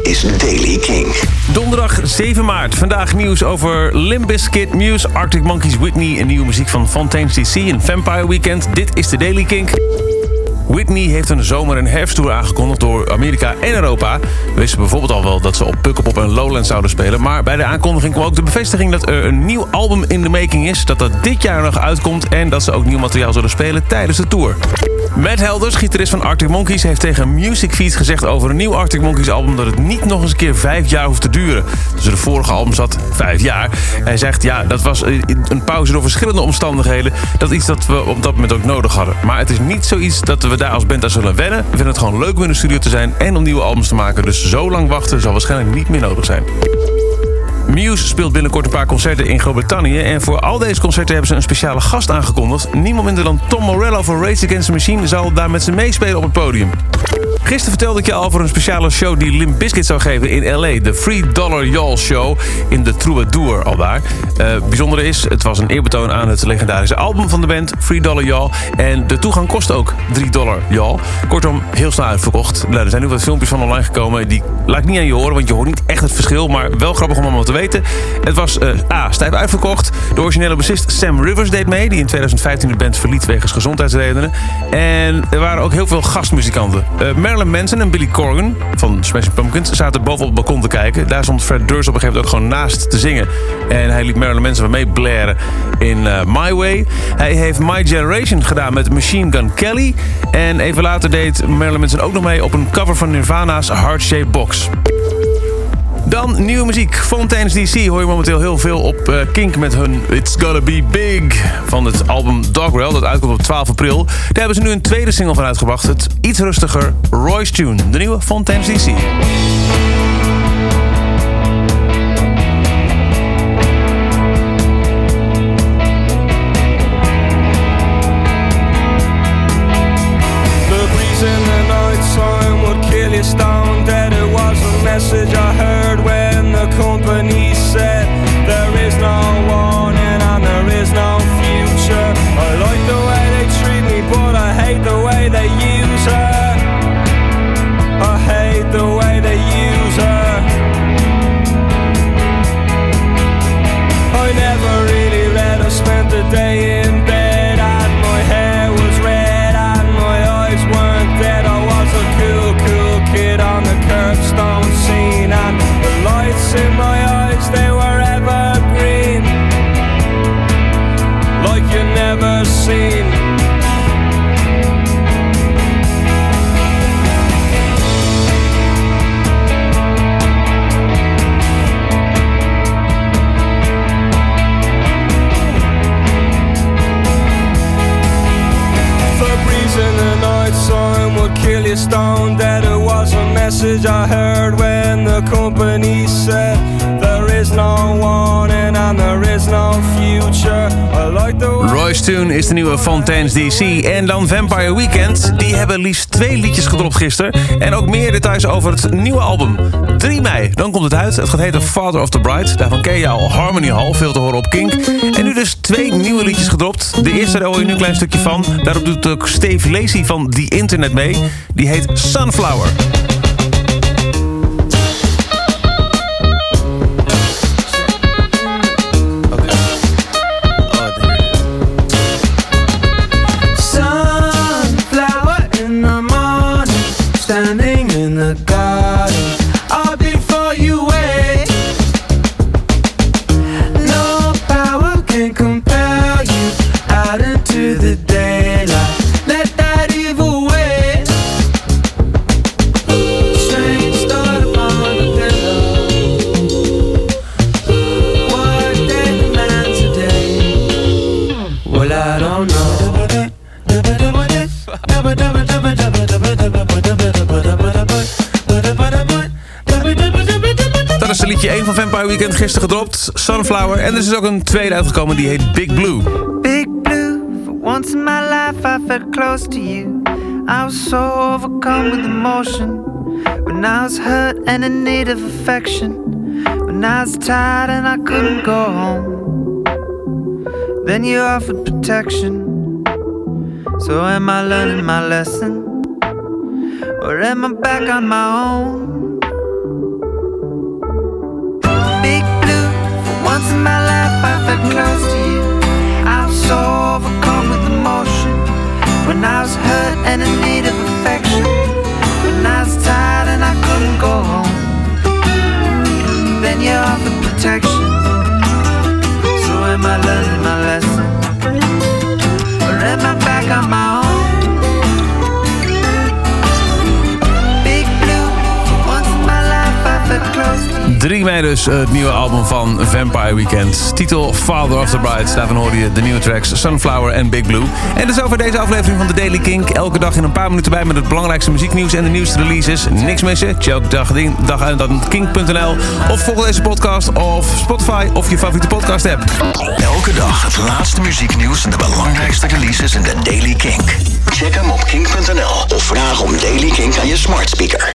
is Daily King. Donderdag 7 maart. Vandaag nieuws over Limp Bizkit, Muse, Arctic Monkeys, Whitney en nieuwe muziek van Fontaine's DC en Vampire Weekend. Dit is de Daily King. Whitney heeft een zomer- en herfsttour aangekondigd door Amerika en Europa. We wisten bijvoorbeeld al wel dat ze op Pukkelpop en Lowlands zouden spelen. Maar bij de aankondiging kwam ook de bevestiging dat er een nieuw album in de making is. Dat dit jaar nog uitkomt en dat ze ook nieuw materiaal zullen spelen tijdens de tour. Matt Helders, gitarist van Arctic Monkeys, heeft tegen Musicfeed gezegd over een nieuw Arctic Monkeys album dat het niet nog eens een keer 5 jaar hoeft te duren. Dus de vorige album zat 5 jaar. Hij zegt, ja, dat was een pauze door verschillende omstandigheden. Dat is iets dat we op dat moment ook nodig hadden. Maar het is niet zoiets dat we daar als band aan zullen wennen. We vinden het gewoon leuk om in de studio te zijn en om nieuwe albums te maken. Dus zo lang wachten zal waarschijnlijk niet meer nodig zijn. Muse speelt binnenkort een paar concerten in Groot-Brittannië. En voor al deze concerten hebben ze een speciale gast aangekondigd. Niemand minder dan Tom Morello van Rage Against the Machine zal daar met ze meespelen op het podium. Gisteren vertelde ik je al over een speciale show die Limp Bizkit zou geven in L.A. De $3 Y'all Show in de Troubadour aldaar. Bijzondere is, het was een eerbetoon aan het legendarische album van de band, $3 Y'all. En de toegang kost ook $3 Y'all. Kortom, heel snel uitverkocht. Er zijn nu wat filmpjes van online gekomen. Die laat ik niet aan je horen, want je hoort niet echt het verschil. Maar wel grappig om allemaal te weten. Het was stijf uitverkocht. De originele bassist Sam Rivers deed mee, die in 2015 de band verliet wegens gezondheidsredenen. En er waren ook heel veel gastmuzikanten. Marilyn Manson en Billy Corgan van Smashing Pumpkins zaten boven op het balkon te kijken. Daar stond Fred Durst op een gegeven moment ook gewoon naast te zingen. En hij liet Marilyn Manson van mee blaren in My Way. Hij heeft My Generation gedaan met Machine Gun Kelly. En even later deed Marilyn Manson ook nog mee op een cover van Nirvana's Heart Shaped Box. Dan nieuwe muziek. Fontaine's DC hoor je momenteel heel veel op Kink met hun It's Gotta Be Big van het album Doggerel. Dat uitkomt op 12 april. Daar hebben ze nu een tweede single van uitgebracht. Het iets rustiger Royce Tune. De nieuwe Fontaine's DC. Message I heard when the company said there is no warning and there is no future. I like the way they treat me, but I hate the way they use her. I hate the way they use her. I never really read, I spent the day in bed and my hair was red and my eyes weren't dead. I was a cool kid on the curbstone scene and the lights in my eyes, they were evergreen, like you never seen. Kill you stone dead. It was a message I heard when the company said there is no warning and there is no future. I like the Royce Tune is de nieuwe Fontaine's DC. En dan Vampire Weekend. Die hebben liefst 2 liedjes gedropt gisteren. En ook meer details over het nieuwe album. 3 mei, dan komt het uit. Het gaat heten Father of the Bride. Daarvan ken je al Harmony Hall, veel te horen op Kink. En nu dus 2 nieuwe liedjes gedropt. De eerste, daar hoor je nu een klein stukje van. Daarop doet ook Steve Lacy van The Internet mee. Die heet Sunflower. sunflower in the morning, standing in the garden. I'll be for you wait. No power can compel you out into the daylight. Let that evil wait. Strange thought upon the pillow. What day the man today? Well, I don't know. Dat is de liedje 1 van Vampire Weekend, gisteren gedropt. Sunflower. En er is ook een tweede uitgekomen, die heet Big Blue. Big blue, for once in my life I felt close to you. I was so overcome with emotion. When I was hurt and in need of affection. When I was tired and I couldn't go home. Then you offered protection. So am I learning my lesson? Or am I back on my own? once in my life I felt close to you. I was so overcome with emotion. When I was hurt and in need of affection. When I was tired and I couldn't go home. Then you offered protection. So am I learning my lesson? Or am I back on my own? Big Blue, for once in my life I felt close to you. 3 mei dus het nieuwe album van Vampire Weekend. Titel Father of the Bride. Daarvan hoorde je de nieuwe tracks Sunflower en Big Blue. En dus over deze aflevering van The Daily Kink. Elke dag in een paar minuten bij met het belangrijkste muzieknieuws en de nieuwste releases. Niks missen. Check dag uit aan kink.nl. Of volg deze podcast op Spotify of je favoriete podcast app. Elke dag het laatste muzieknieuws en de belangrijkste releases in The Daily Kink. Check hem op kink.nl of vraag om Daily Kink aan je smart speaker.